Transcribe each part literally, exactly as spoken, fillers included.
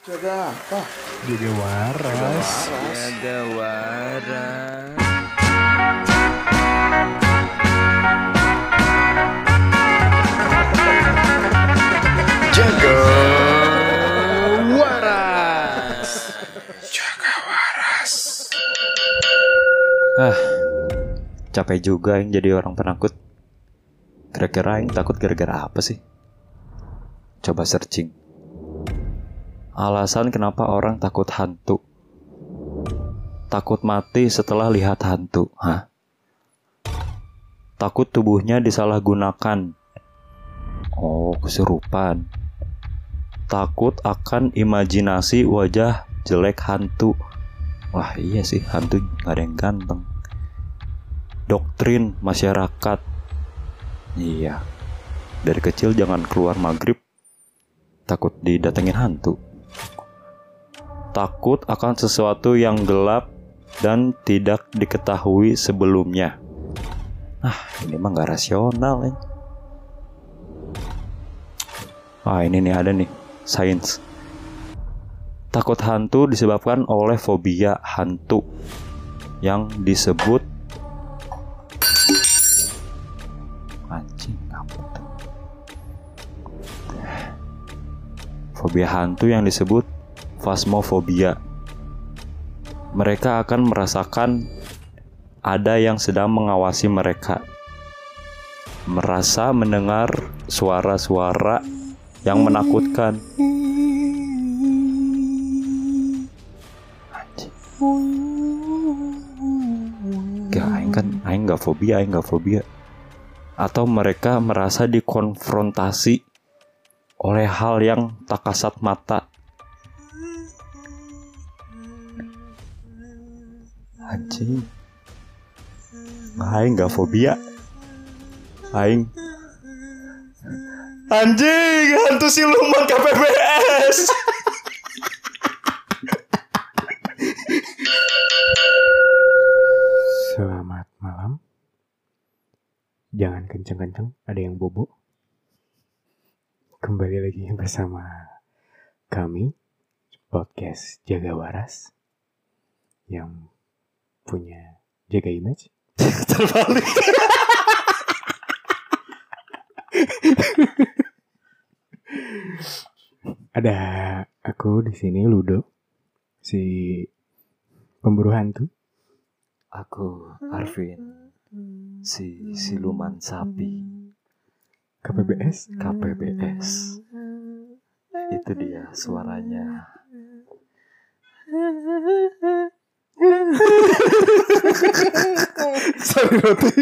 Jaga apa? Jaga waras. Jaga waras. Jaga waras. Jaga waras. Ah, capek juga yang jadi orang penakut. Kira-kira yang takut gara-gara apa sih? Coba searching. Alasan kenapa orang takut hantu. Takut mati setelah lihat hantu. Hah? Takut tubuhnya disalahgunakan. Oh, kesurupan. Takut akan imajinasi wajah jelek hantu. Wah iya sih, hantu gak ada yang ganteng. Doktrin masyarakat. Iya. Dari kecil jangan keluar maghrib, takut didatengin hantu. Takut akan sesuatu yang gelap dan tidak diketahui sebelumnya. Ah, ini mah gak rasional ya. Ah, ini nih ada nih, sains. Takut hantu disebabkan oleh fobia hantu yang disebut anjing apa tuh? Fobia hantu yang disebut fasmofobia. Mereka akan merasakan ada yang sedang mengawasi mereka. Merasa mendengar suara-suara yang menakutkan. Anjing. Gak, aing kan, aing gak fobia, aing gak fobia. Atau mereka merasa dikonfrontasi oleh hal yang tak kasat mata. Anjing. Aing gak fobia. Aing anjing, hantu siluman K P B S. Selamat malam. Jangan kenceng-kenceng, ada yang bobo. Kembali lagi bersama kami, podcast Jaga Waras, yang punya jaga image. Terbalik. Ada aku di sini, Ludo, si pemburu hantu. Aku Arvin, si siluman sapi. K P B S. K P B S. Itu dia suaranya. Sorry roti.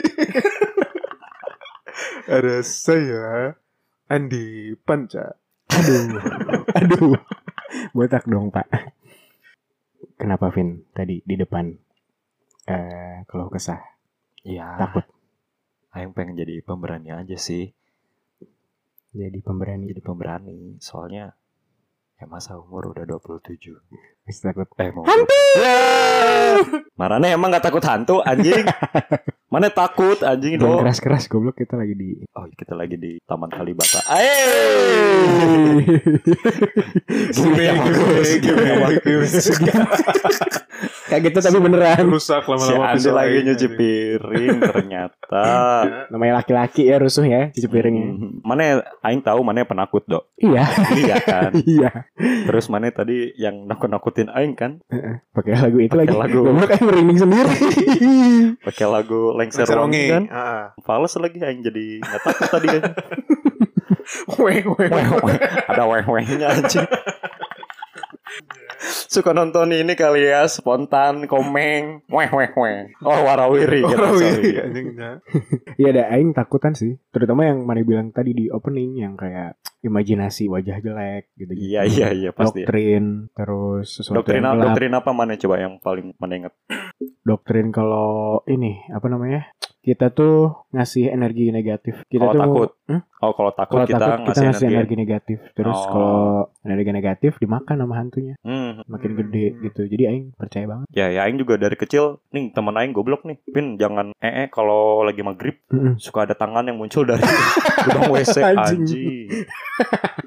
Ada saya Andi Panca. Aduh, aduh, botak dong Pak. Kenapa Vin tadi di depan eh kalau kesah? Iya. Takut. Aing pengen jadi pemberani aja sih. Jadi pemberani. Jadi pemberani. Soalnya ya masa umur udah dua puluh tujuh. Masih takut. Eh mau hantu. Marane emang gak takut hantu anjing. Mana takut anjing Jangan dong. keras-keras goblok, kita lagi di. Oh kita lagi di Taman Kalibata. Ayo. Gimana yang bagus? Gimana yang bagus? Kayak gitu tapi beneran. Rusak Si lama-lama. Andi lagi nyuci piring ternyata. Namanya laki-laki ya rusuh ya cuci piringnya. Hmm, mana aing tahu mana penakut dok. Iya. Iya kan. Iya. Terus mana tadi yang nakut-nakutin aing kan? Pakai lagu itu Pakai lagi. lagu. Goblok kayak merinding sendiri. Pakai lagu Lengser Wangi kan? Fales lagi aing jadi nggak takut tadi kan. Weh weh. Ada weh-wehnya anjing. Suka nonton ini kali ya, spontan komeng weh weh weh. Oh warawiri gitu. sorry. Iya ada aing takutan sih. Terutama yang mana bilang tadi di opening yang kayak imajinasi wajah jelek gitu. Iya iya iya pasti. Doktrin terus sesuatu Doktrin yang apa, gelap. doktrin apa mana coba yang paling mana inget? Doktrin kalau ini apa namanya? Kita tuh ngasih energi negatif. Kita Kalau tuh takut. Hmm? Oh kalau takut Kalau kita takut kita ngasih ngasih energi. energi negatif. Terus Oh. kalau energi negatif dimakan sama hantunya. Hmm. Makin gede gitu. Jadi aing percaya banget. Ya, ya aing juga dari kecil nih teman aing goblok nih. Pin jangan ee eh, kalau lagi maghrib Mm-mm. suka ada tangan yang muncul dari lubang W C Anjing. anjing.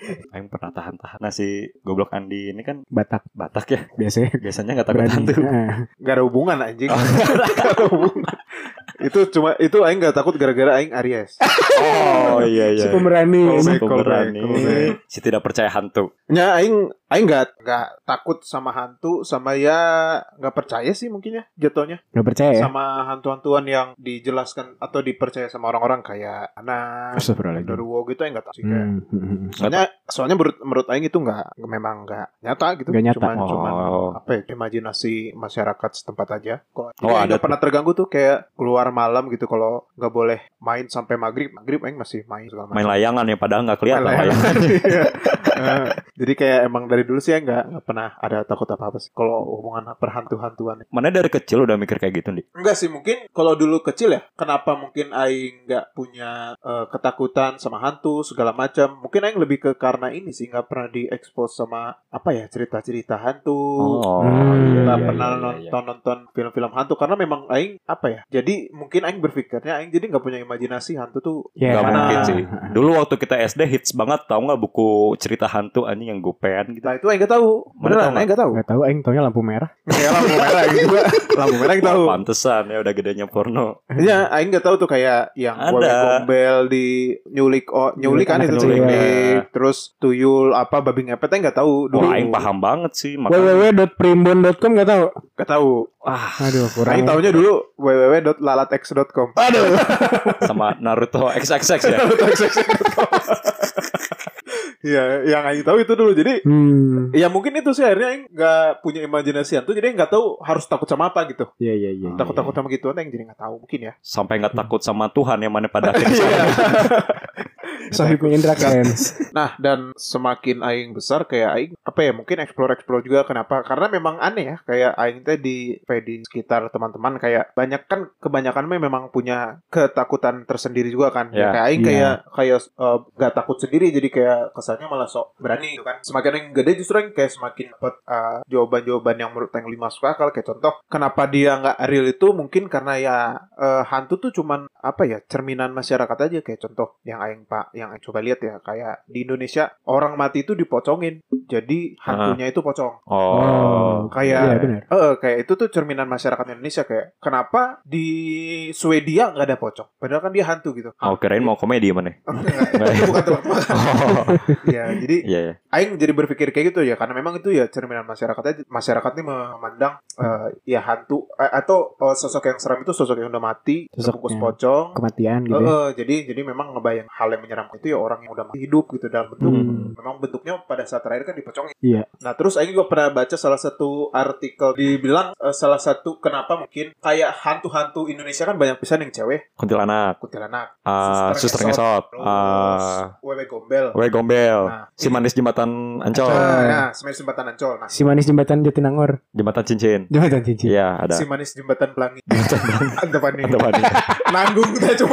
Aing pernah tahan-tahan. Nah si goblok Andi ini kan Batak Batak ya. biasanya Biasanya nggak takut berani. hantu. Heeh. Gak ada hubungan anjing. Gak ada hubungan. Itu cuma itu aing gak takut gara-gara aing Aries. Oh iya iya. Si pemberani. Oh, Si Callback, pemberani. callback. Si tidak percaya hantu. Ya aing aing gak gak takut sama hantu, sama ya gak percaya sih mungkin ya jatuhnya. Nggak percaya ya? Sama hantu-hantuan yang dijelaskan atau dipercaya sama orang-orang kayak anak Astagfirullahaladzim. Genderuwo gitu aing gak tahu sih kayak. Hmm, hmm, hmm. Soalnya soalnya menurut menurut aing itu nggak memang nggak nyata gitu. Nggak nyata. Cuman Oh. cuman apa ya, imajinasi masyarakat setempat aja. Kok Oh, oh, ada ada pernah terganggu tuh kayak keluar malam gitu kalau nggak boleh main sampai maghrib. Maghrib aing masih main segala Main macam. layangan ya padahal nggak kelihatan Main layangan. layangan. Iya. Eh, jadi kayak emang dari dulu sih ya nggak nggak pernah ada takut apa apa sih kalau hubungan perhantu-hantuan. Mana dari kecil udah mikir kayak gitu nih. Enggak sih, mungkin kalau dulu kecil ya, kenapa mungkin aing nggak punya eh, ketakutan sama hantu segala macam? Mungkin aing lebih ke karena ini sih nggak pernah diekspos sama apa ya cerita-cerita hantu. Oh, Hmm. Nggak iya, pernah iya, iya, iya. nonton nonton film-film hantu karena memang aing apa ya? Jadi mungkin aing berpikirnya aing jadi nggak punya imajinasi hantu tuh. Ya. Nggak Mana- mungkin sih. Dulu waktu kita S D hits banget tau nggak buku cerita hantu anjing yang gopean gitu. Nah itu aing nggak tahu. Mana Beneran tahu nggak? aing nggak tahu. Nggak tahu, aing taunya lampu merah. Ya lampu merah aing juga. Lampu merah aing tahu. Oh, pantesan ya udah gedenya porno. Iya, aing nggak tahu tuh kayak yang Ada. wewe gombel di nyulik oh nyulik kan anak itu kecil. nyulik, terus tuyul apa babi ngepet aing nggak tahu dulu. Wah, aing paham banget sih w w makanya. w dot primbon dot com nggak tahu. Nggak tahu. Wah, Aduh, kurang. Aing taunya dulu w w w dot lalatex dot com. aduh. Sama Naruto X X X ya. Iya, yang aing tahu itu dulu. Jadi Hmm. ya mungkin itu sih akhirnya aing nggak punya imajinasi hantu, jadi aing nggak tahu harus takut sama apa gitu. Iya, iya, iya. Takut-takut sama gituan aing jadi nggak tahu mungkin ya. Sampai nggak takut sama Tuhan yang mana pada akhirnya. Iya. Sahibul Indra keren. Nah, dan semakin aing besar kayak aing apa ya, mungkin explore-explore juga. Kenapa? Karena memang aneh ya, kayak aing teh di kayak di sekitar teman-teman kayak banyak kan kebanyakan memang punya ketakutan tersendiri juga kan. Ya. Ya, kayak aing Iya. kayak kayak eh, nggak takut sendiri, jadi kayak kesannya malah sok berani gitu kan. Semakin aing gede justru aing kayak semakin dapat eh, jawaban-jawaban yang menurut aing lebih masuk akal. Kayak contoh, kenapa dia nggak real itu mungkin karena ya eh, hantu tuh cuman apa ya, cerminan masyarakat aja. Kayak contoh yang aing pak yang aing coba lihat ya, kayak di Indonesia orang mati itu dipocongin, jadi hantunya itu pocong. Oh, Kayak Iya, benar. eh kayak itu tuh cerminan masyarakat Indonesia. Kayak kenapa di Swedia nggak ada pocong, padahal kan dia hantu gitu. oh kirain mau komedi mana? Enggak, itu bukan tempat makan. Oh, Ya, jadi iya ya. aing jadi berpikir kayak gitu ya, karena memang itu ya cerminan masyarakat aja. Masyarakat ini memandang eh, ya hantu eh, atau eh, sosok yang seram itu sosok yang udah mati, Sosok terbungkus yang pocong. Kematian gitu. Eh, Ya. eh, jadi jadi memang ngebayang hal yang menyeramkan itu ya orang yang udah mati hidup gitu dalam bentuk Hmm. memang bentuknya pada saat terakhir kan dipocongin. Iya. Nah terus Aing juga pernah baca salah satu artikel dibilang eh, salah satu kenapa mungkin kayak hantu-hantu Indonesia kan banyak pisan yang cewek, Kuntilanak, kuntilanak, ah, suster ngesot, terus ah, wewe gombel. we gombel, Nah, si manis jembatan Ancol, Nah, nah, semanis jembatan Ancol. Nah, Si manis jembatan Jatinangor. jembatan cincin. Jembatan cincin. Iya ada. si manis jembatan Pelangi. Antep nih. Ada apa nih? Nanggung kita cuma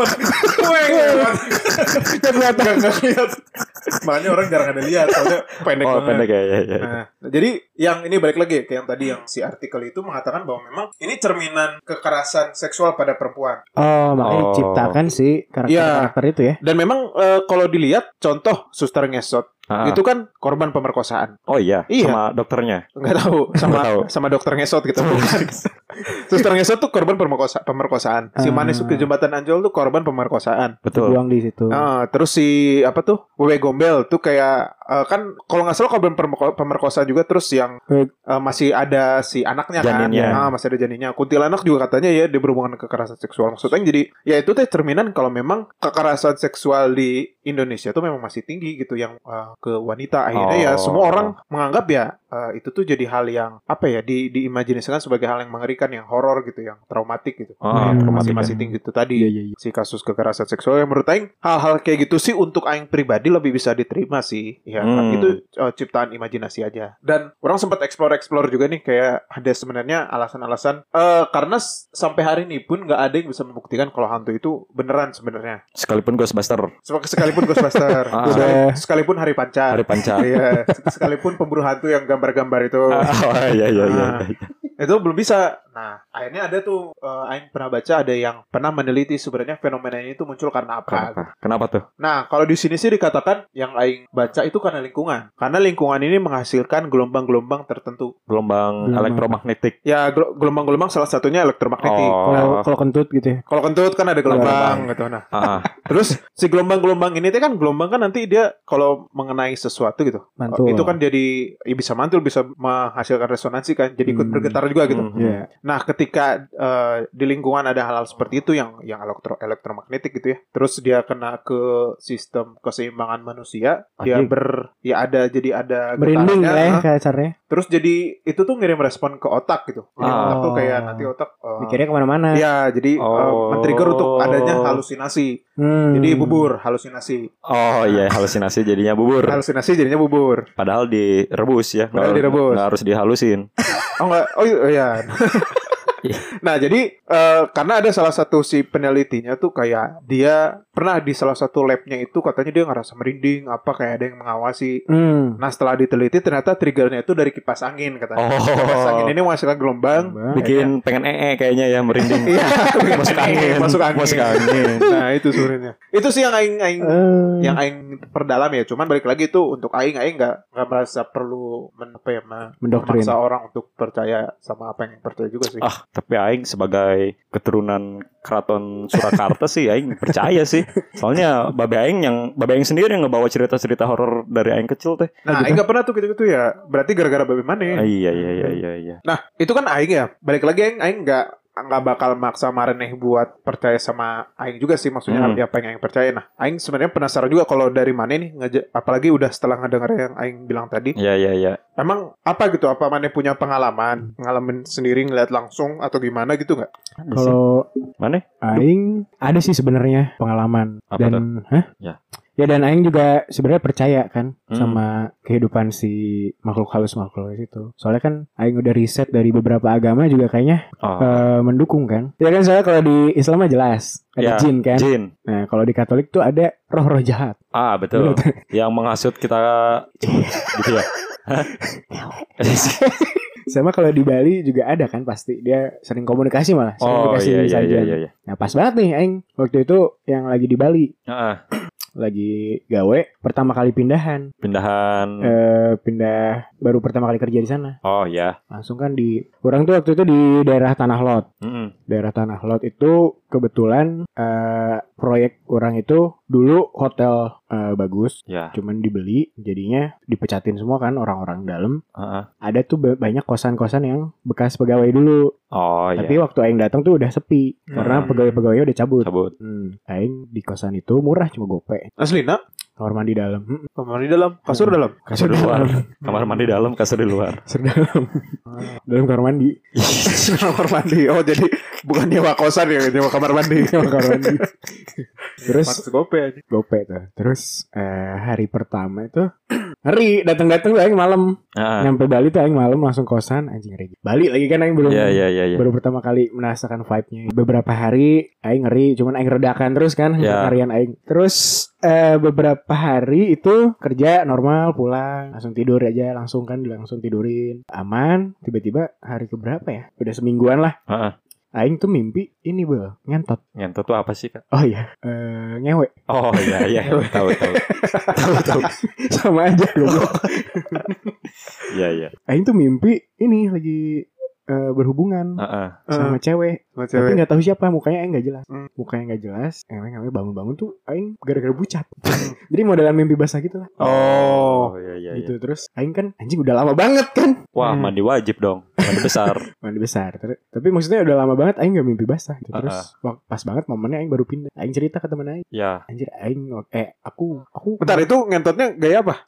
Gak lihat. Makanya orang jarang ada lihat, soalnya pendek Oh banget. pendek ya, ya, ya. Nah, jadi yang ini balik lagi ke yang tadi yang si artikel itu mengatakan bahwa memang ini cerminan kekerasan seksual pada perempuan. Oh, makanya Oh. ciptakan si karakter-karakter itu ya. Dan memang eh, kalau dilihat contoh suster ngesot Ah, itu kan korban pemerkosaan. oh iya, Iya. sama dokternya. Enggak tahu sama Nggak tahu. sama dokter ngesot gitu. Bukan. Suster ngesot tuh korban pemerkosa pemerkosaan. Si Ah. manis ke jembatan Ancol tuh korban pemerkosaan. Betul. Buang di situ. Ah, terus si apa tuh wewe gombel tuh kayak eh, kan kalau nggak salah korban pemerko- pemerkosa juga, terus yang Eh. eh, masih ada si anaknya Janinnya. kan. Ah, masih ada janinnya. Kuntilanak juga katanya ya dia berhubungan kekerasan seksual. Maksudnya jadi ya itu teh cerminan kalau memang kekerasan seksual di Indonesia tuh memang masih tinggi gitu yang eh, ke wanita. Akhirnya ya Oh. semua orang menganggap ya eh, itu tuh jadi hal yang apa ya di diimajinasikan sebagai hal yang mengerikan, yang horor gitu, yang traumatik gitu. Oh, Hmm, traumatik masih ya. masih tinggi itu tadi Iya, iya, iya. si kasus kekerasan seksual. Yang menurut Aing hal-hal kayak gitu sih untuk Aing pribadi lebih bisa diterima sih ya. Hmm. Itu uh, ciptaan imajinasi aja. Dan orang sempat explore-explore juga nih kayak ada sebenarnya alasan-alasan eh karena s- sampai hari ini pun nggak ada yang bisa membuktikan kalau hantu itu beneran sebenarnya. Sekalipun Ghostbuster, Sek- sekalipun Ghostbuster, Ah. sekali- sekalipun Hari Panca, Hari Panca. iya, sekalipun pemburu hantu yang gambar-gambar itu. Oh iya iya iya. Ah. Itu belum bisa. Nah, akhirnya ada tuh uh, Aing pernah baca ada yang pernah meneliti sebenarnya fenomena ini tuh muncul karena apa. Kenapa? Kenapa tuh? Nah, kalau di sini sih dikatakan yang Aing baca itu karena lingkungan. Karena lingkungan ini menghasilkan gelombang-gelombang tertentu. Gelombang Gelombang. elektromagnetik. Ya, gel- gelombang-gelombang salah satunya elektromagnetik. Oh. Kalau kalau kentut gitu ya. Kalau kentut kan ada gelombang gitu. Nah, Ah, ah. terus si gelombang-gelombang ini tuh kan gelombang kan nanti dia kalau mengenai sesuatu gitu. Mantul. Itu kan jadi ya bisa mantul, bisa menghasilkan resonansi kan. Jadi ikut Hmm. bergetar juga gitu. Hmm. Iya. Nah, ketika eh, di lingkungan ada hal-hal seperti itu yang yang elektro elektromagnetik gitu ya. Terus dia kena ke sistem keseimbangan manusia, dia Anjing. ber ya ada jadi ada Merinding getarannya, lah ya ah. kasarnya. Terus jadi itu tuh ngirim respon ke otak gitu. Jadi Ah. otak tuh kayak nanti otak eh, Mikirnya kemana-mana. ya jadi eh, Oh. men-trigger untuk adanya halusinasi. Hmm. Jadi bubur halusinasi. Oh iya, halusinasi jadinya bubur. Halusinasi jadinya bubur. Padahal direbus ya. Padahal Nggak- direbus. nggak harus dihalusin. Oh enggak, oh iya. Nah, jadi eh, karena ada salah satu si penelitinya tuh kayak dia pernah di salah satu labnya itu katanya dia ngerasa merinding apa kayak ada yang mengawasi. Hmm. Nah, setelah diteliti ternyata triggernya itu dari kipas angin katanya. Oh. Kipas angin ini menghasilkan gelombang. Bikin pengen ee kayaknya ya, merinding. Iya, Masuk angin. masuk angin. Masuk angin. Nah, itu sebenarnya. Itu sih yang aing aing Eh. yang aing perdalam ya. Cuman balik lagi itu untuk aing aing nggak nggak merasa perlu men, apa ya, me- Mendoktrin. memaksa orang untuk percaya sama apa yang percaya juga sih. Ah, tapi aing sebagai keturunan keraton Surakarta sih aing percaya sih. Soalnya babe aing yang babe aing sendiri yang ngebawa cerita-cerita horor dari aing kecil teh. Nah, aing nggak pernah tuh gitu-gitu ya. Berarti gara-gara babe mana? Ah, iya iya iya iya iya. Nah, itu kan aing ya. Balik lagi aing aing nggak nggak bakal maksa Mareneh buat percaya sama aing juga sih, maksudnya Hmm. apa yang aing percaya. Nah, aing sebenarnya penasaran juga kalau dari mana nih ngeja- apalagi udah setelah ngedenger yang aing bilang tadi. Iya iya iya. Emang apa gitu? Apa Maneh punya pengalaman, ngalamin sendiri ngeliat langsung atau gimana gitu nggak? Ada sih. Kalau Mana? Aing ada sih sebenarnya pengalaman. Apa dan hah? Ya. Ya dan Aing juga sebenarnya percaya kan Hmm. sama kehidupan si makhluk halus makhluk halus itu. Soalnya kan Aing udah riset dari beberapa agama juga kayaknya Oh. eh, mendukung kan. Ya kan soalnya kalau di Islam mah jelas ada Ya, jin kan. Jin. Nah kalau di Katolik tuh ada roh-roh jahat. Ah, betul. Yang menghasut kita gitu ya. Hah? Sama kalau di Bali juga ada kan pasti dia sering komunikasi malah. Sering Oh dikasih iya iya sajian. iya iya. iya. Nah pas banget nih Aing waktu itu yang lagi di Bali. Ah, Lagi gawe pertama kali pindahan. pindahan. eh pindah baru pertama kali kerja di sana. Oh ya. Langsung kan di orang tuh waktu itu di daerah Tanah Lot. Mm-mm. Daerah Tanah Lot itu kebetulan eh proyek orang itu dulu hotel eh, bagus, Ya. cuman dibeli jadinya dipecatin semua kan orang-orang dalam. Ah, ah. Ada tuh ba- banyak kosan-kosan yang bekas pegawai dulu. Oh iya. Tapi waktu aing datang tuh udah sepi karena Hmm. pegawai-pegawainya udah cabut. Cabut. Hmm, aing di kosan itu murah cuma gope. Asli nak? Kamar mandi dalam. Hmm, Kamar di dalam, kasur Hmm. dalam. Kasur di luar. Kamar mandi dalam, kasur di luar. Kasur dalam. Dalam kamar mandi. Kamar mandi. Oh, jadi bukan nyewa kosan ya, nyewa kamar mandi. Kamar mandi. Terus Pantes gope aja. gope tuh. Terus eh, hari pertama itu ngeri, datang-datang tuh aing malam. Ah. Nyampe Bali tuh aing malam langsung kosan, anjing ngeri. Bali lagi kan aing belum Iya iya iya iya. baru pertama kali merasakan vibe-nya. Beberapa hari aing ngeri, cuman aing redakan terus kan Ya. harian aing. Terus eh, beberapa hari itu kerja normal, pulang, langsung tidur aja, langsung kan langsung tidurin. Aman, tiba-tiba hari keberapa ya? Udah semingguan lah. Ah, ah. Aing tuh mimpi ini bel, ngentot. Ngentot tuh apa sih, Kak? Oh iya, eh, ngewe. Oh iya iya. Tahu tahu. Tahu tahu. Sama aja goblok. Iya iya. Aing tuh mimpi ini lagi eh, berhubungan Ah, ah. sama cewek. Sama Tapi cewek. nggak tahu siapa, mukanya Aing nggak jelas. Hmm. Mukanya nggak jelas. Ewe ewe bangun-bangun tuh Aing gara-gara bucat. Jadi modelan mimpi basah gitu lah. Oh. Oh iya iya. Gitu iya. terus Aing kan anjing udah lama banget kan. Wah, Hmm. mandi wajib dong. Mandi besar. Mandi besar. Ter- Tapi maksudnya udah lama banget Aing nggak mimpi basah. Gitu. Terus Ah, wak- pas banget momennya Aing baru pindah. Aing cerita ke temen Aing. Ya. Anjir Aing eh aku aku Bentar, itu ngentotnya gaya apa?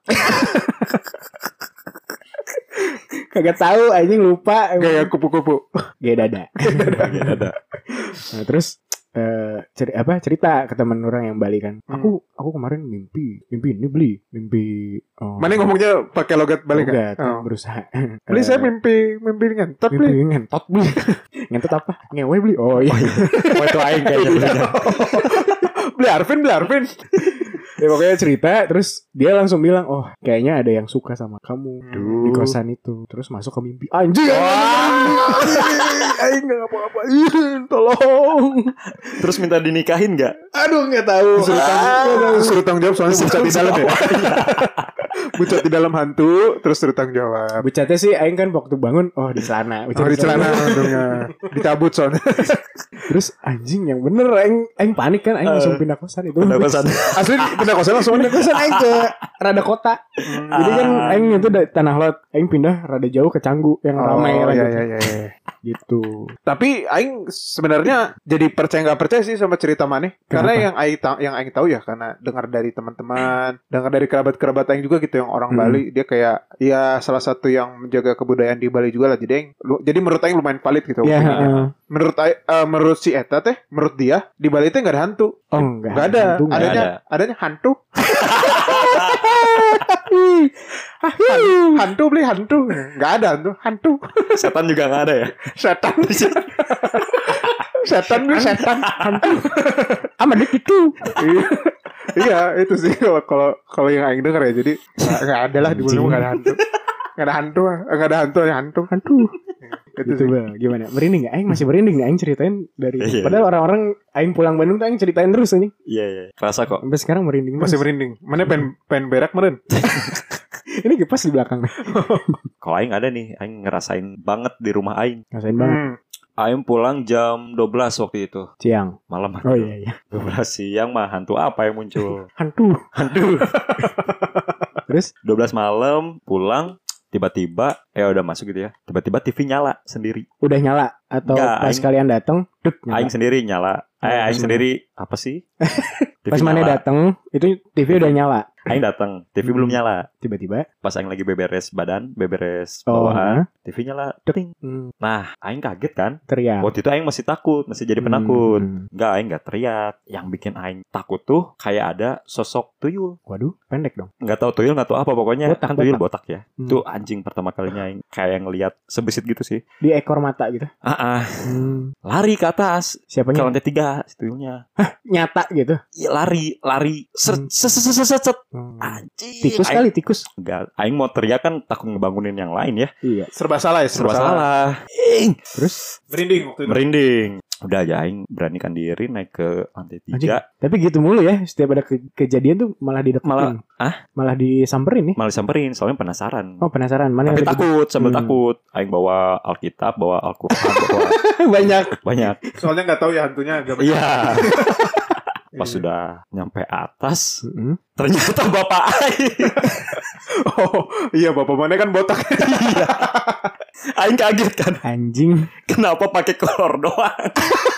kagak tahu anjing lupa. Gaya kupu-kupu. Gaya dada. Oke, ada. Nah, terus eh ceri- apa cerita ke teman orang yang Bali kan. Hmm. Aku aku kemarin mimpi, mimpi ini beli, mimpi oh, Mana ngomongnya pakai logat Bali Logat, kan? Oh. berusaha. Beli Eh, saya mimpi mimpi ngentot mimpi beli. ngentot beli. Ngentot apa? Ngewe beli. Oh iya. Oh itu aing kayaknya. Beli Arvin, beli Arvin. Ya pokoknya cerita, terus dia langsung bilang, oh kayaknya ada yang suka sama kamu di kosan itu. Terus masuk ke mimpi. Anjir. Aing nggak ngapa-ngapain, tolong. Terus minta dinikahin nggak? Aduh nggak tahu. Suruh tanggung, suruh tanggung jawab soalnya bucat di dalam ya. Bucat di dalam hantu, terus suruh tanggung jawab. Bucatnya sih Aing kan waktu bangun, oh di celana. Oh di celana untungnya dicabut soalnya. Terus anjing yang bener, Aing Aing panik kan, Aing langsung pindah kosan itu. Pindah kosan. Asli pindah kosan langsung Pindah kosan Aing ke rada kota. Hmm. Jadi kan Aing itu dari Tanah Lot, Aing pindah rada jauh ke Canggu yang ramai oh, lah iya, gitu. iya, iya. Gitu. Tapi Aing sebenarnya jadi percaya nggak percaya sih sama cerita Maneh. Karena yang Aing ta- yang Aing tahu ya, karena dengar dari teman-teman, dengar dari kerabat-kerabat Aing juga gitu yang orang hmm. Bali, dia kayak ya salah satu yang menjaga kebudayaan di Bali juga lah. Jadi Aing, lu, jadi menurut Aing lumayan valid gitu. Yeah, uh. Menurut Aing, uh, menurut si Eta teh, menurut dia di Bali teh nggak ada hantu. Oh enggak. Nggak ada. Hantu, adanya ada. adanya hantu. Hantu beli hantu. Nggak ada hantu. Hantu. Setan juga nggak ada ya? Setan. Setan beli setan. Hantu. Aman itu. Iya itu sih kalau kalau kalau yang Aing denger ya. Jadi nggak ada lah di Bali nggak ada hantu. Nggak ada hantu. Nggak ada hantu. Ada hantu. Hantu. Itu gitu bang, gimana? Merinding gak? Aing masih merinding nih, Aing ceritain dari yeah, padahal yeah. orang-orang Aing pulang Bandung tuh Aing ceritain terus ini. Iya, yeah, iya. Yeah. Kerasa kok. Sampai sekarang merinding. Masih terus. Merinding. Mana pen pen berak meren. Ini kipas di belakang. Kalau Aing ada nih, Aing ngerasain banget di rumah Aing. Ngerasain banget. Hmm. Aing pulang jam dua belas waktu itu. Siang. Malam. Oh iya iya. dua belas siang mah hantu apa yang muncul? Hantu. Hantu. Terus dua belas malam pulang. Tiba-tiba, eh udah masuk gitu ya. Tiba-tiba T V nyala sendiri. Udah nyala atau nggak, pas Aing, kalian datang, duk nyala. Aing sendiri nyala. Eh, Aing sendiri apa sih? Pas mana datang, itu T V udah nyala. Aing datang, T V hmm. belum nyala. Tiba-tiba, pas Aing lagi beberes badan, beberes oh, bawahan, T V nyala. Ting. Hmm. Nah, Aing kaget kan? Teriak. Waktu itu Aing masih takut, masih jadi penakut. Hmm. Enggak, Aing enggak teriak. Yang bikin Aing takut tuh kayak ada sosok tuyul. Waduh, pendek dong. Enggak tahu tuyul, enggak tahu apa pokoknya. Botak, kan tuyul botak. botak ya. Hmm. Itu anjing pertama kalinya Aing kayak ngelihat sebesit gitu sih. Di ekor mata gitu. Ah, ah. Hmm. Lari ke atas. Siapanya? Ke lantai tiga, si tuyulnya. Hah, nyata gitu. Iya, lari, lari. Set set set set set. Anjing. Tikus Aing, kali tikus. Enggak, Aing mau teriak kan takut ngebangunin yang lain ya. Iya. Serba salah ya, serba, serba salah. salah. Terus merinding waktu itu. Merinding. Udah aja Aing beranikan diri naik ke lantai tiga. Tapi gitu mulu ya, setiap ada ke- kejadian tuh malah dideketin. Malah, ah? Malah disamperin nih. Malah disamperin, soalnya penasaran. Oh penasaran. Mana tapi takut, di... sambil hmm. takut. Aing bawa Alkitab, bawa Al-Quran, bawa banyak, banyak. Soalnya nggak tahu ya hantunya. Iya. Pas sudah nyampe atas, mm-hmm. ternyata bapak Aing. Oh iya, bapak mana kan botak. Iya. Aing kaget kan. Anjing. Kenapa pakai kolor doang?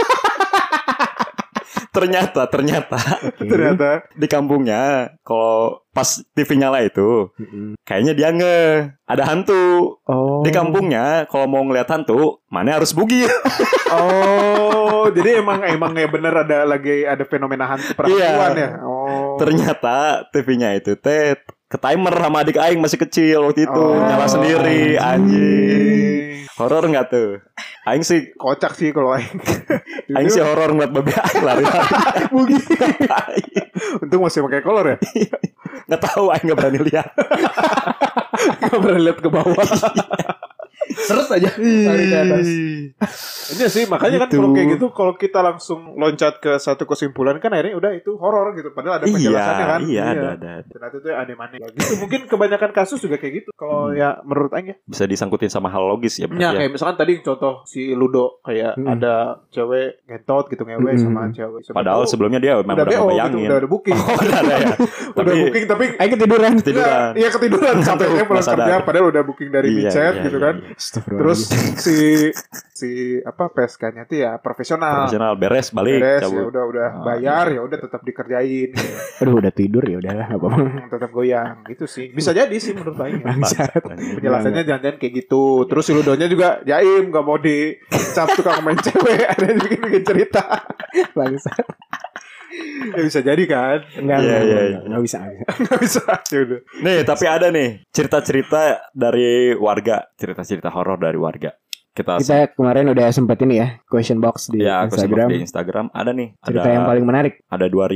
Ternyata, ternyata, okay. ternyata di kampungnya kalau pas T V nyala itu, mm-hmm. kayaknya dia nge ada hantu. Oh. Di kampungnya kalau mau ngeliat hantu, mana harus bugil. Oh, jadi emang emang ya bener ada lagi ada fenomena hantu perempuan iya. ya. Oh. Ternyata T V-nya itu teh ke timer sama adik Aing masih kecil waktu itu, oh. nyala sendiri, anjing. Horor nggak tuh? Aing sih kocak sih kalau Aing. Aing sih horor ngeliat babi Aing lari-lari. Bugil. Untung masih pakai kolor ya. Nggak tahu, Aing nggak berani lihat. Nggak berani lihat ke bawah. Terus aja lari ke atas. Ini sih makanya gitu. Kan kalau kayak gitu, kalau kita langsung loncat ke satu kesimpulan kan akhirnya udah itu horor gitu. Padahal ada penjelasannya iya, kan. Iya, ada, ada. Ternyata itu aneh-aneh. Gitu mungkin kebanyakan kasus juga kayak gitu. Kalau hmm. ya menurut Aing ya. Bisa disangkutin sama hal logis ya. Ya, kayak misalkan tadi contoh si Ludo kayak hmm. ada cewek ngentot gitu ngewe hmm. sama cewek. Sebab padahal itu, sebelumnya dia memang udah, udah ngebayangin. Gitu, udah ada booking. Oh, udah ada ya. Udah booking tapi Aing ketiduran. Ketiduran. Iya ketiduran sampai dia pulang kerja padahal udah booking dari iya, micet iya, gitu iya, kan. Iya. Terus si si apa P S K-nya tuh ya profesional. Profesional beres balik beres, cabut. Ya udah udah oh, bayar iya. Ya udah tetap dikerjain. Gitu. Aduh udah tidur ya udahlah enggak apa-apa. Tetap goyang gitu sih. Bisa jadi sih menurut Aing. Penjelasannya jangan-jangan kayak gitu. Terus si Ludonya juga jaim enggak mau dicap tukang main cewek, ada yang bikin cerita. Bangsat. Ya bisa jadi kan? Enggak, yeah, enggak, yeah, enggak, enggak bisa. Enggak bisa. Ya udah. Nih, tapi ada nih cerita-cerita dari warga, cerita-cerita horor dari warga. Kita Kita kemarin udah sempet ini ya, question box di ya, Instagram. Di Instagram ada nih, cerita ada, yang paling menarik. Ada dua ribu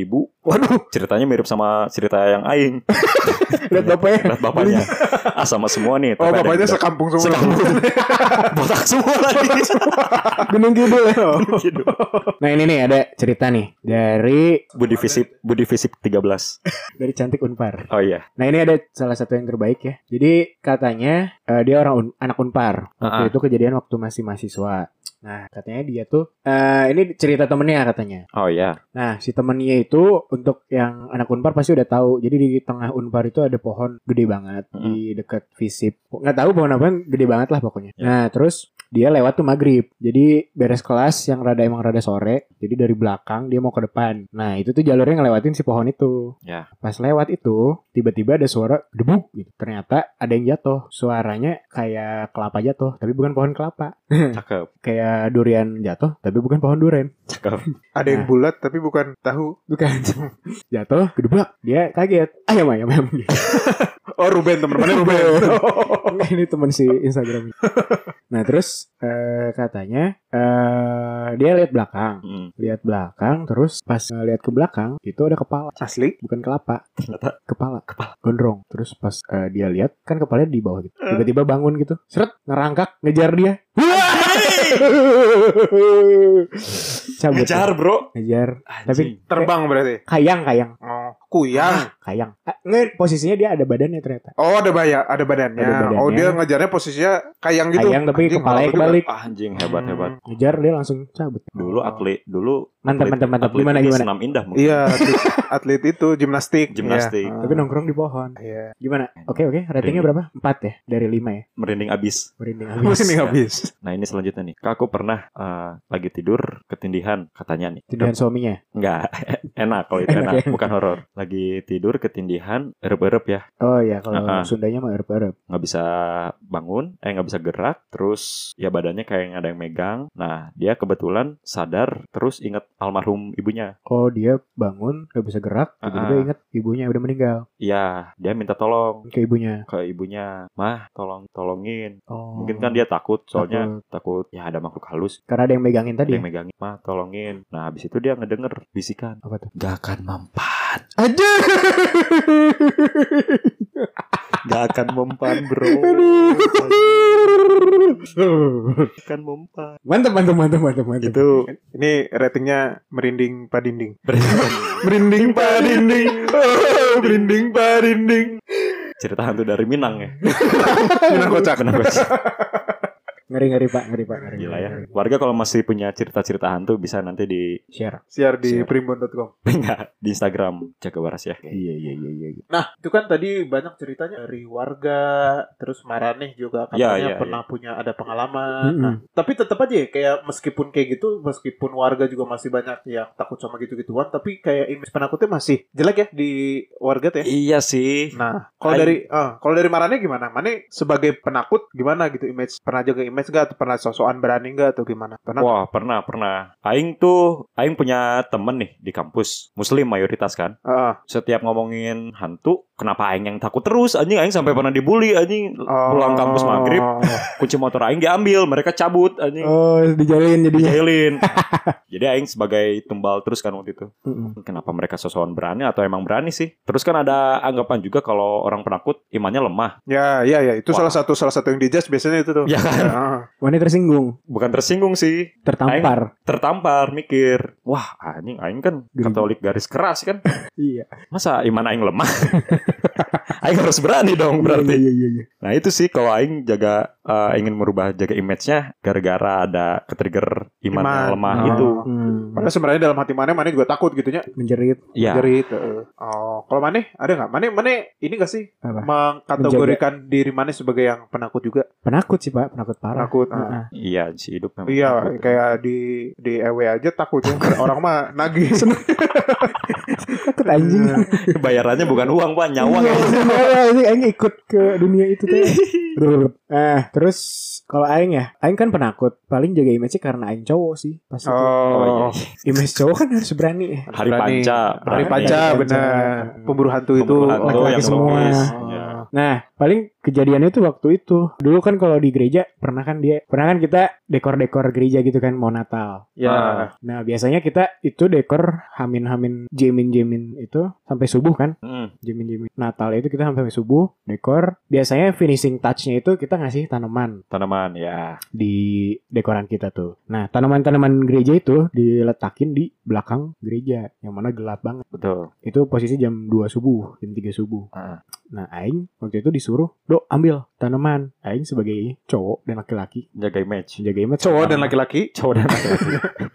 Waduh, Ceritanya mirip sama cerita yang aing. lihat bapaknya. Lihat bapaknya. Ah sama semua nih. Oh, tapi ada yang bapaknya beda. sekampung semua. Sekampung. Botak semua lagi. Gunung Kidul ya. Gitu. Nah ini nih ada cerita nih dari Budi Visip, Budi Visip tiga belas. dari Cantik Unpar. Oh iya. Nah ini ada salah satu yang terbaik ya. Jadi katanya eh, dia orang un- anak Unpar. Waktu Ah-ah. itu kejadian waktu masih mahasiswa. Nah katanya dia tuh eh, ini cerita temennya katanya. Oh iya. Nah si temennya itu untuk yang anak Unpar pasti udah tahu. Jadi di tengah Unpar itu ada pohon gede banget Mm-mm. di dekat Visip. Nggak tahu pohon apa, gede banget lah pokoknya. Ya. Nah terus dia lewat tuh maghrib. Jadi beres kelas yang rada emang rada sore. Jadi dari belakang dia mau ke depan. Nah itu tuh jalurnya ngelewatin si pohon itu. Ya. Pas lewat itu tiba-tiba ada suara debuk gitu. Ternyata ada yang jatuh. Suaranya kayak kelapa jatuh, tapi bukan pohon kelapa. Cakep. Kayak durian jatuh, tapi bukan pohon durian. Cakep. Ada yang Nah. bulat tapi bukan tahu. Bukan. Jatuh, gedebak. Dia kaget. Ayam ayam ayam. Oh, Ruben, teman-temannya Ruben. Enggak, ini teman si Instagram. Nah terus eh, katanya eh, dia lihat belakang, Mm. lihat belakang, terus pas eh, lihat ke belakang itu ada kepala, Asli? bukan kelapa, Ternyata kepala, kepala, gondrong. Terus pas eh, dia lihat kan kepalanya di bawah gitu, tiba-tiba bangun gitu, seret ngerangkak ngejar dia, cabut, ngejar bro. ngejar, tapi Anjing. Terbang berarti. kayang kayang, Oh, kuyang. kayang, ah, nggak posisinya dia ada badannya ternyata, Oh, ada baya, ada badannya. Ada badannya. Oh, dia ngejarnya posisinya kayang gitu. kayang tapi Anjing, kepalanya ngawur juga. kebalik, Anjing hebat hebat. ngejar dia langsung cabut. Dulu Oh. atlet, dulu Mantap, atlet- mantap, mantap. atlet Gimana, ini gimana? Senam indah mungkin. Iya, atlet, atlet itu gimnastik. Gimnastik. Iya. Tapi nongkrong di pohon. Iya. Gimana? Oke oke. Ratingnya berapa? Empat ya dari lima ya. Merinding abis. Merinding Habis habis. ini habis. Nah ini selanjutnya nih. Kak, aku pernah eh, lagi tidur ketindihan katanya nih. Tindakan suaminya. Enggak, enak kalau itu Enak enak, ya? bukan horor. Lagi tidur ketindihan, erep-erep ya, Oh iya kalau Ah, ah. Sundanya mah erep-erep. nggak bisa bangun, eh nggak bisa gerak, terus ya badannya kayak nggak ada yang megang. Nah dia kebetulan sadar, terus ingat almarhum ibunya. Oh dia bangun gak bisa gerak. Tiba-tiba Ah, ah. ingat ibunya udah meninggal. Iya, dia minta tolong Ke ibunya. ke ibunya, mah tolong tolongin. Oh. Mungkin kan dia takut, soalnya takut ya ada makhluk halus. Karena ada yang megangin Ada tadi. yang megangin, mah tolongin. Nah habis itu dia ngedenger bisikan, Apa tuh? gak akan mempan, Aja. gak akan mempan bro, akan mempan. Mantap mantap mantap mantap mantap. Itu Ini ratingnya merinding padinding. berisik. Merinding padinding. Oh, merinding padinding. Cerita hantu dari Minang ya. Minang kocak. Minang kocak. Ngeri ngeri pak ngeri pak ngeri. Gila ya. ngeri. Warga kalau masih punya cerita-cerita hantu bisa nanti di Share. Siar di Siar. primbon dot com. enggak di Instagram Jaga Waras ya. Iya iya iya iya. Nah, itu kan tadi banyak ceritanya dari warga, terus Maraneh juga Iya, katanya iya, pernah punya ada pengalaman. Mm-mm. Nah, tapi tetap aja ya, kayak meskipun kayak gitu, meskipun warga juga masih banyak yang takut sama gitu-gituan, tapi kayak image penakutnya masih jelek ya di warga tuh ya. Iya sih. Nah, kalau Aing- dari ah, kalau dari Maraneh gimana? Mane sebagai penakut gimana gitu image? Pernah jaga image gak atau pernah sosokan berani gak atau gimana? Pernah? Wah, pernah, pernah. Aing tuh, Aing punya temen nih di kampus. Muslim mayoritas kan. Ah, Setiap ngomongin hantu, kenapa Aing yang takut terus? Anjing, Aing sampai pernah dibully. Anjing, ah. pulang kampus maghrib, kunci motor Aing diambil. Mereka cabut, anjing. Oh dijalin jadinya. Dijahilin. Jadi Aing sebagai tumbal terus kan waktu itu. Mm-mm. Kenapa mereka sosokan berani atau emang berani sih? Terus kan ada anggapan juga kalau orang penakut imannya lemah. Ya, ya, ya. Itu Wah. salah satu salah satu yang dijudge biasanya itu tuh. Ya kan? Ah. Wanita tersinggung, Bukan tersinggung sih, tertampar. tertampar mikir. Wah, anjing Aing kan Gini. Katolik garis keras kan. Iya. Masa iman Aing lemah? Aing harus berani dong berarti. Iya iya iya. Nah itu sih kalau Aing jaga eh, ingin merubah jaga image-nya gara-gara ada ketrigger iman, yang Iman. lemah Oh. itu. Hmm. Padahal sebenarnya dalam hati Mane, Mane juga takut gitunya. Menjerit. Iya. Jerit. heeh. Oh, kalau Mane ada nggak? Mane, Mane ini gak sih Apa? mengkategorikan diri Mane sebagai yang penakut juga? Penakut sih pak, penakut parah. Penakut. ah. Heeh. Iya, si hidup memang. Iya, takut. kayak di di E W aja takut ya. Orang mah nagih. Takut anjing. Bayarannya bukan uang, Pak, nyawa. Iya, iya, ini Aing ikut ke dunia itu teh. Nah, terus kalau Aing ya, Aing kan penakut. Paling jaga image karena Aing cowok sih. Pas itu. Oh, Image cowok kan harus berani ya. Hari berani. panca, Hari berani. panca Hari benar. panca. Pemburu hantu itu Pemburu hantu laki-laki yang semua. logis. Oh. Iya. Nah, paling kejadiannya tuh waktu itu. Dulu kan kalau di gereja pernah kan dia pernah kan kita dekor-dekor gereja gitu kan mau Natal. Ya. Nah, biasanya kita itu dekor hamin-hamin jemin-jemin itu sampai subuh kan. Hmm. Jemin-jemin Natal itu kita sampai subuh dekor. Biasanya finishing touch-nya itu kita ngasih tanaman Tanaman ya. di dekoran kita tuh. Nah, tanaman-tanaman gereja itu diletakin di belakang gereja yang mana gelap banget. Betul. Itu posisi jam dua subuh, jam tiga subuh. Ah. Nah, aing waktu itu disuruh, "Dok, ambil tanaman." Aing sebagai cowok dan laki-laki Jaga image. menjaga image Cowok dan tanaman. laki-laki. Cowok dan laki-laki.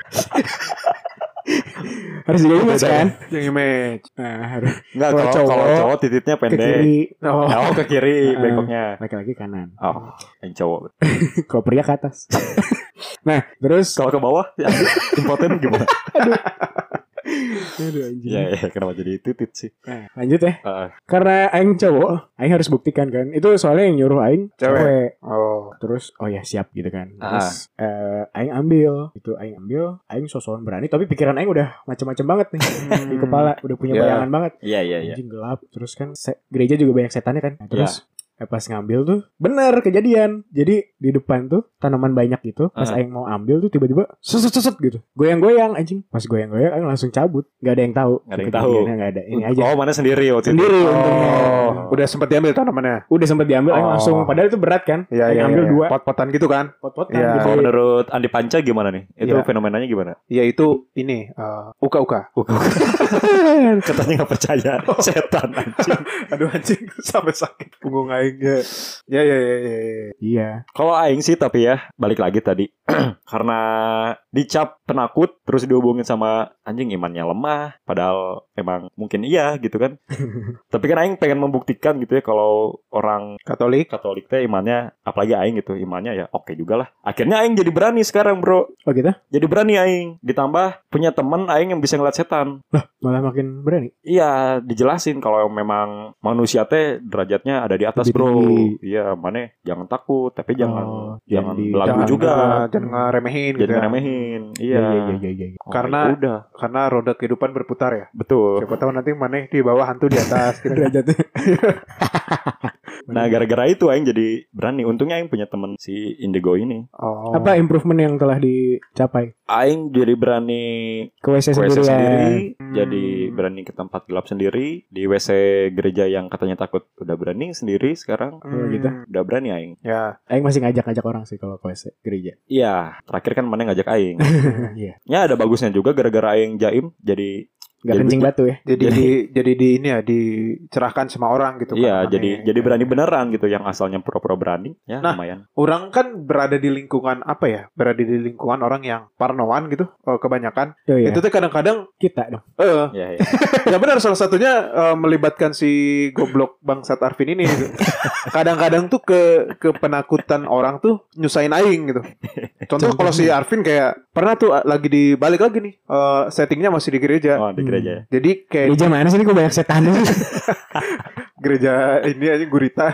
harus jaga image kan? Yang image. Nah, harus Enggak, Kalau kalau cowok, kalau cowok titiknya ke pendek. kiri, Oh. Oh, ke kiri Heeh. bengkoknya. laki-laki kanan. Oh, yang cowok. Kalau pria ke atas. Nah, terus Kalau ke bawah, ya, impoten gimana? aduh anjing. Iya, iya, kenapa jadi titit sih? Nah, lanjut ya. Heeh. Karena aing cowok, aing harus buktikan kan. Itu soalnya yang nyuruh aing Cewek. cewek. Oh. Terus oh ya siap gitu kan. Terus eh, aing ambil, itu aing ambil, aing sosokan berani tapi pikiran aing udah macam-macam banget nih di kepala, udah punya Ya. bayangan banget. Iya, iya, iya. Anjing gelap, terus kan se- gereja juga banyak setannya kan. Nah, terus eh, pas ngambil tuh bener kejadian. Jadi di depan tuh tanaman banyak gitu. Pas Ah. aing mau ambil tuh tiba-tiba suset suset gitu. Goyang-goyang anjing. Pas goyang-goyang aing langsung cabut. Gak ada yang tahu. Nggak ada yang tahu. Kejadiannya nggak ada. Ini aja. Oh, mana sendiri waktu Sendiri itu? untungnya. Oh. Udah sempat diambil tanamannya. Udah sempat diambil aing Oh. langsung. Padahal itu berat kan. Iya, Aing iya. ambil iya. dua Pot-potan gitu kan. pot-potan Iya. gitu. Kalau menurut Andi Panca gimana nih? Itu Iya. fenomenanya gimana? Ya itu ini eh, uka-uka. Katanya nggak percaya setan anjing. Aduh anjing sampai sakit punggung aing ya. Ya ya ya ya. ya. Iya. Kalau aing sih tapi ya balik lagi tadi karena dicap penakut terus dihubungin sama anjing imannya lemah padahal emang mungkin iya gitu kan. Tapi kan aing pengen membuktikan gitu ya kalau orang Katolik. Katolik teh imannya apalagi aing gitu imannya ya oke juga lah. Akhirnya aing jadi berani sekarang, Bro. Oh gitu? Jadi berani aing ditambah punya teman aing yang bisa ngeliat setan. Malah makin berani. Iya, dijelasin kalau memang manusia teh derajatnya ada di atas, Lebih Bro. tinggi. Iya, mana jangan takut, tapi jangan Oh, jangan jangan di- belagu Jangan juga. eh, jangan ngeremehin gitu. Jangan ya. ngeremehin. Iya. Iya iya iya iya. iya. Oh, Karena- ya udah, Karena roda kehidupan berputar ya. betul. Siapa tahu nanti mana di bawah hantu di atas gitu. Derajatnya. Nah, gara-gara itu aing jadi berani. Untungnya aing punya teman si Indigo ini. Oh. Apa improvement yang telah dicapai? Aing jadi berani Ke W C ke W C sendiri ya. sendiri, Hmm. jadi berani ke tempat gelap sendiri, di W C gereja yang katanya takut udah berani sendiri sekarang. Oh, gitu. Udah berani aing. Ya. Aing masih ngajak-ngajak orang sih kalau ke W C gereja. Iya, terakhir kan mana ngajak aing. Iya. Ya ada bagusnya juga gara-gara aing jaim jadi Gak Jadi- kencing batu ya. Jadi Jadi- di, jadi di ini ya dicerahkan sama orang gitu. iya kan, jadi aneh. jadi berani beneran gitu yang asalnya pura-pura berani ya Nah. lumayan. Orang kan berada di lingkungan apa ya? Berada di lingkungan orang yang parnoan gitu. eh, kebanyakan. Oh iya. Itu tuh kadang-kadang Kita dong. eh Ya, ya. ya benar salah satunya eh, melibatkan si goblok bangsat Arvin ini gitu. Kadang-kadang tuh ke ke penakutan orang tuh nyusahin aing gitu. Contoh kalau si Arvin kayak pernah tuh eh, lagi di balik lagi nih. eh, settingnya masih di gereja. Oh di gereja ya. Jadi kayak Gereja mana sih ini kok banyak setan gereja ini aja gurita.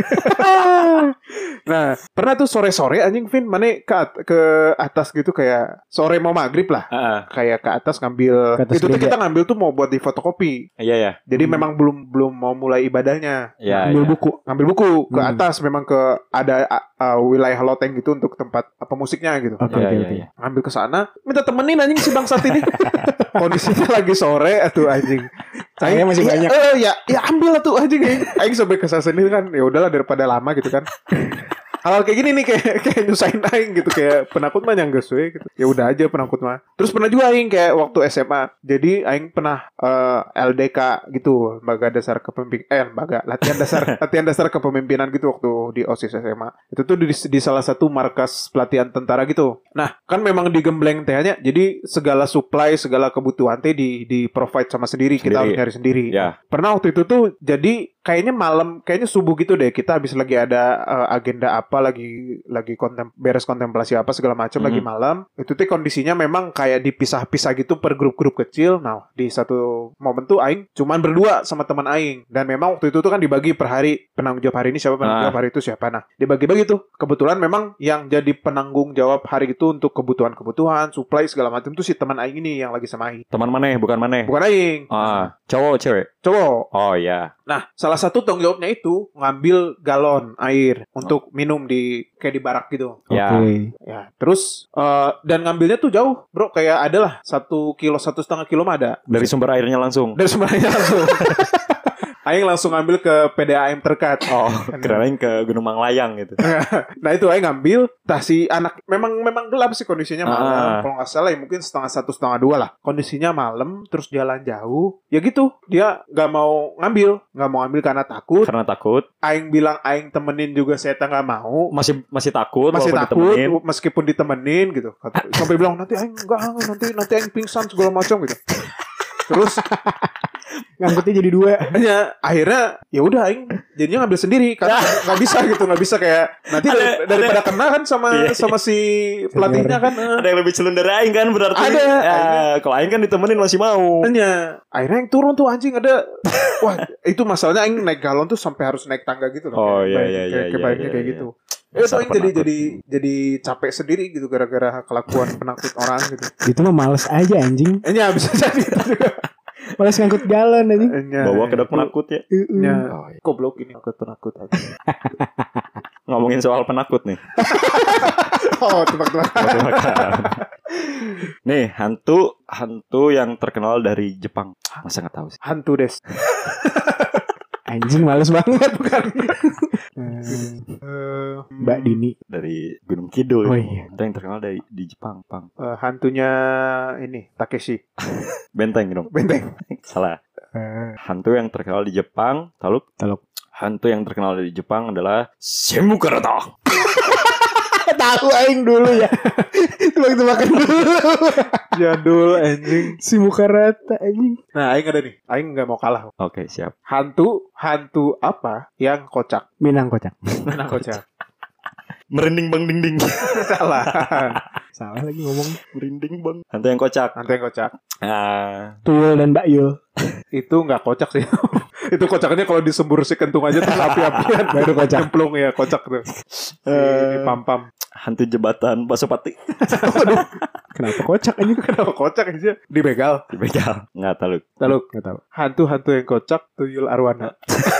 Nah, pernah tuh sore-sore anjing Vin mana ke at- ke atas gitu kayak sore mau maghrib lah. Ah, ah. Kayak ke atas ngambil Ke atas itu tuh gereja. kita ngambil tuh mau buat di fotokopi. Iya ya. Jadi Hmm. memang belum belum mau mulai ibadahnya. Iya. Ambil iya. buku. Ngambil buku ke Hmm. atas memang ke ada a- a- wilayah loteng gitu untuk tempat apa musiknya gitu. Oke Iya, oke iya, oke. iya. Ngambil ke sana, minta temenin anjing si bangsat ini. Kondisinya lagi sore atuh anjing. Sayangnya masih Iya, banyak. eh, ya, ya ambil lah tuh anjing. Aing sampai kesal sendiri kan. Ya udahlah daripada lama gitu kan. Hal-hal kayak gini nih kayak kayak nyusahin aing gitu kayak penakut mah nyangges we gitu. Ya udah aja penakut mah. Terus pernah juga aing kayak waktu S M A. Jadi aing pernah eh, L D K gitu, lembaga dasar kepemimpinan eh lembaga latihan dasar latihan dasar kepemimpinan gitu waktu di OSIS S M A. Itu tuh di, di salah satu markas pelatihan tentara gitu. Nah, kan memang digembleng tehnya. Jadi segala supply, segala kebutuhan teh di di provide sama sendiri, kita Sendiri. harus nyari sendiri. Ya. Pernah waktu itu tuh jadi kayaknya malam, kayaknya subuh gitu deh. Kita habis lagi ada eh, agenda apa apa lagi lagi kontem, beres kontemplasi apa segala macam Hmm. lagi malam. Itu tuh kondisinya memang kayak dipisah-pisah gitu per grup-grup kecil. Nah, di satu momen tuh aing cuman berdua sama teman aing dan memang waktu itu tuh kan dibagi per hari, penanggung jawab hari ini siapa, penanggung Ah. jawab hari itu siapa. Nah, dibagi-bagi tuh. Kebetulan memang yang jadi penanggung jawab hari itu untuk kebutuhan-kebutuhan, supply segala macam tuh si teman aing ini yang lagi sama aing. Teman maneh, bukan maneh. Bukan aing. Ah, cowok cewek. Cowok. Oh ya. Nah, salah satu tanggung jawabnya itu ngambil galon air untuk minum di kayak di barak gitu. Ya. Oke. Ya, terus eh, dan ngambilnya tuh jauh, bro. Kayak adalah satu kilo, satu setengah kilo mah ada. Dari sumber airnya langsung. Dari sebenarnya langsung. Aing langsung ngambil ke P D A M terdekat. Oh, kirain ke Gunung Manglayang gitu. Nah itu Aing ngambil, tah si anak memang memang gelap sih kondisinya malam. Ah. Kalau nggak salah ya mungkin setengah satu setengah dua lah. Kondisinya malam, terus jalan jauh. Ya gitu, dia nggak mau ngambil, nggak mau ngambil karena takut. Karena takut, Aing bilang Aing temenin juga saya nggak mau. masih masih takut Masih walaupun takut ditemenin. meskipun ditemenin gitu. Kata- Sampai bilang nanti Aing enggak, nanti nanti Aing pingsan segala macam gitu. Terus Ngangkutnya jadi dua. ya, akhirnya ya udah Aing jadinya ngambil sendiri karena nggak bisa gitu, nggak bisa kayak nanti Ada- dar- daripada kena kan sama Iya. sama si pelatihnya kan. eh. Ada yang lebih culun dari aing kan berarti. Ada. Ya, kalau aing kan ditemenin masih mau. Hanya akhirnya yang turun tuh anjing ada. Wah, itu masalahnya Aing naik galon tuh sampai harus naik tangga gitu loh. Oh, Kayak iya, baik- iya, kayak- iya, kayak iya, baiknya iya, kayak iya. gitu. Eh, itu Dasar Aing jadi penakut. jadi jadi capek sendiri gitu gara-gara kelakuan penakut orang gitu. Itu mah males aja anjing. Ya bisa jadi itu juga. Males ngangkut galon anjing. Enya, Bawa ke dok itu- penakut ya. Heeh. nya, Oh, iya. goblok ini penakut penakut aja. Ngomongin soal penakut nih. Oh, tebak-tebak. Tebak-tebakan. Nih, hantu hantu yang terkenal dari Jepang. Masa nggak tahu sih? Hantu des. Anjing males banget bukan. Eh, Mbak Dini. Dari Gunung Kidul. Oh, iya. Hantu yang terkenal dari di Jepang. Pang. eh, hantunya ini Takeshi Benteng dong. Benteng. Salah. Eh, Hantu yang terkenal di Jepang, Taluk. Taluk. Hantu yang terkenal di Jepang adalah Shemukarata. tahu aing dulu ya. Tebak-tebakan dulu. Jadul anjing. Si muka rata anjing. Nah, Aing ada nih. Aing nggak mau kalah. Oke, siap. Hantu, hantu apa yang kocak? Minang kocak. Mana kocak? Merinding bang ding ding. Salah. Salah lagi ngomong. Merinding bang. Hantu yang kocak. Hantu yang kocak. Ah, Tuyul dan Mbak Yul. Itu nggak kocak sih. Itu kocaknya kalau disembur si kentung aja terus api-apian. Baru kocak. Cemplung ya, kocak tuh. Si Eh. pam-pam. hantu jembatan Pasopati. Kenapa kocak anjing? Kenapa kocak aja? Dibegal. Dibegal. Nggak tahu. Lalu Enggak tahu. hantu-hantu yang kocak tuyul arwana.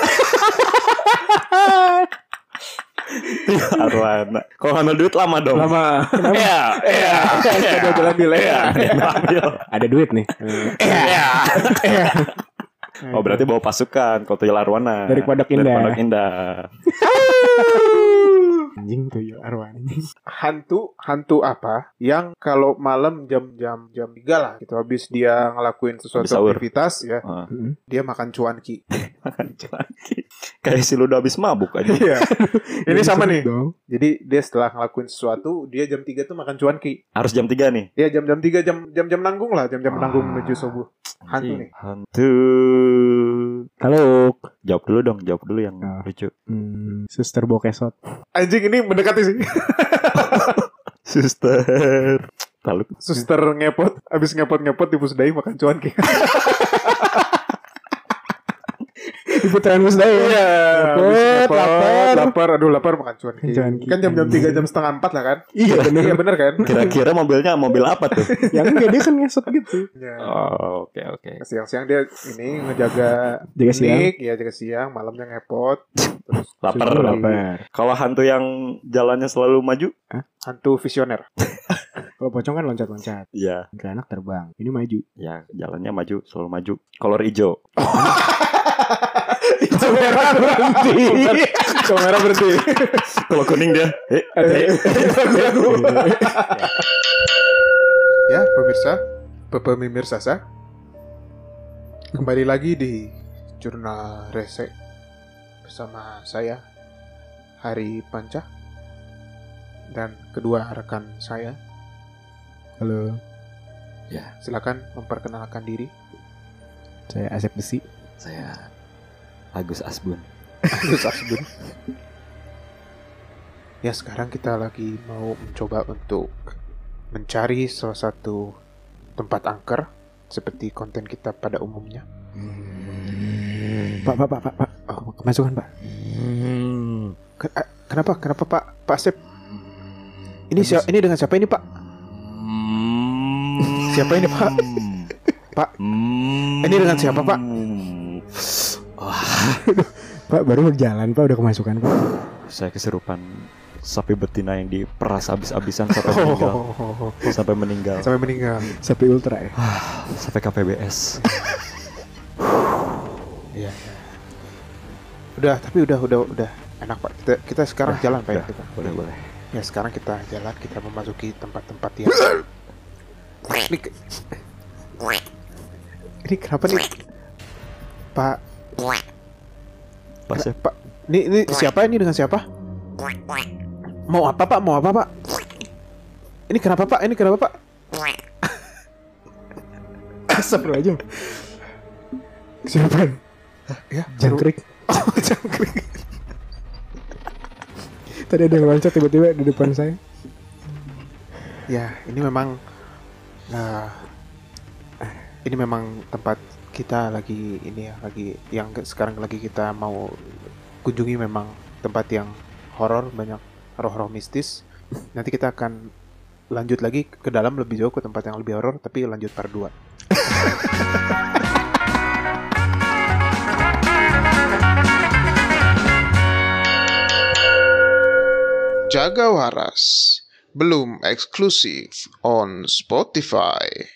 Arwana. Kalau ngambil duit lama dong. Lama. Iya. Iya. Ada jalan bila ya. Ada duit nih. Iya. Oh berarti bawa pasukan kalau tuyul arwana. Dari Pondok Indah. Dari Pondok Indah. Anjing tuyul arwah anjing. Hantu, hantu apa yang kalau malam jam-jam jam tiga lah gitu habis dia ngelakuin sesuatu Habis sahur. aktivitas ya, Ah, dia makan cuanki. makan cuanki. Kayak si lu udah habis mabuk aja. Iya. Ini sama nih. Dong. Jadi dia setelah ngelakuin sesuatu, dia jam tiga tuh makan cuanki. Harus jam tiga nih. Ya jam-jam tiga jam jam-jam nanggung lah, jam-jam Ah. nanggung menuju subuh. Hantu Anjing. nih. Hantu. Taluk. Jawab dulu dong, jawab dulu yang Ah. lucu. Hmm, suster bokesot. Anjing ini mendekati sih. Suster. Taluk. Suster ngepot, habis ngepot-ngepot di pusdai makan cuanki. Di putaran musda ya. Iya, habis Lapar, ngepot, lapar. lapar, aduh lapar makan cuanki. Cuanki. Kan jam-jam tiga jam setengah empat lah kan? Iya bener. Iya bener kan? Kira-kira mobilnya mobil apa tuh? Yang enggak dia kan ngesot gitu. Ya. Oh, oke oke. Siang-siang dia ini ngejaga Jaga siang. Nik, ya jaga siang, malamnya ngepot. Terus Lapar. Suster Lapar. lapar. Kalau hantu yang jalannya selalu maju? hantu visioner. Kalau pocong kan loncat-loncat. Iya, Ke anak terbang. Ini maju. ya jalannya maju, selalu maju. Kolor hijau. Hijau merah berhenti. Hijau merah berhenti. Kalau kuning dia, eh, eh. Ya, pemirsa, pemirsa sa. Kembali lagi di Jurnal Rese bersama saya Hari Panca dan kedua rekan saya. Halo, Ya, silakan memperkenalkan diri. saya Asep Besi. Saya Agus Asbun. Terus Asbun. Ya sekarang kita lagi mau mencoba untuk mencari salah satu tempat angker seperti konten kita pada umumnya. Pak, pak, pak, pak, pak. Oh, kemasukan, Pak. Ke- eh, kenapa? Kenapa Pak? Pak Asep? Ini siapa? Ini dengan siapa ini Pak? Siapa ini Pak? Pak? Ini dengan siapa Pak? Pak baru berjalan, Pak udah kemasukan, Pak. Saya kesurupan sapi betina yang diperas abis-abisan sampai meninggal. Sampai meninggal. Sampai meninggal. Sapi ultra ya. Sampai K P B S. Iya. Udah, tapi udah udah udah enak Pak. Kita kita sekarang jalan Pak ya Udah, kita. boleh boleh. Ya sekarang kita jalan, kita memasuki tempat-tempat yang ini, ke- ini kenapa nih Pak? Pak Sep, Pak, ini ini siapa ini dengan siapa? Mau apa Pak? Mau apa Pak? Ini kenapa Pak? Ini kenapa Pak? Astagfirullahaladzim. Siapa? Ya, Jangkrik. Oh, jangkrik. Tadi ada yang loncat tiba-tiba di depan saya. Ya, ini memang nah ini memang tempat kita lagi ini ya, lagi yang ke- sekarang lagi kita mau kunjungi memang tempat yang horor, banyak roh-roh mistis. Nanti kita akan lanjut lagi ke dalam lebih jauh ke tempat yang lebih horor, tapi lanjut part dua. Jaga waras, belum eksklusif on Spotify.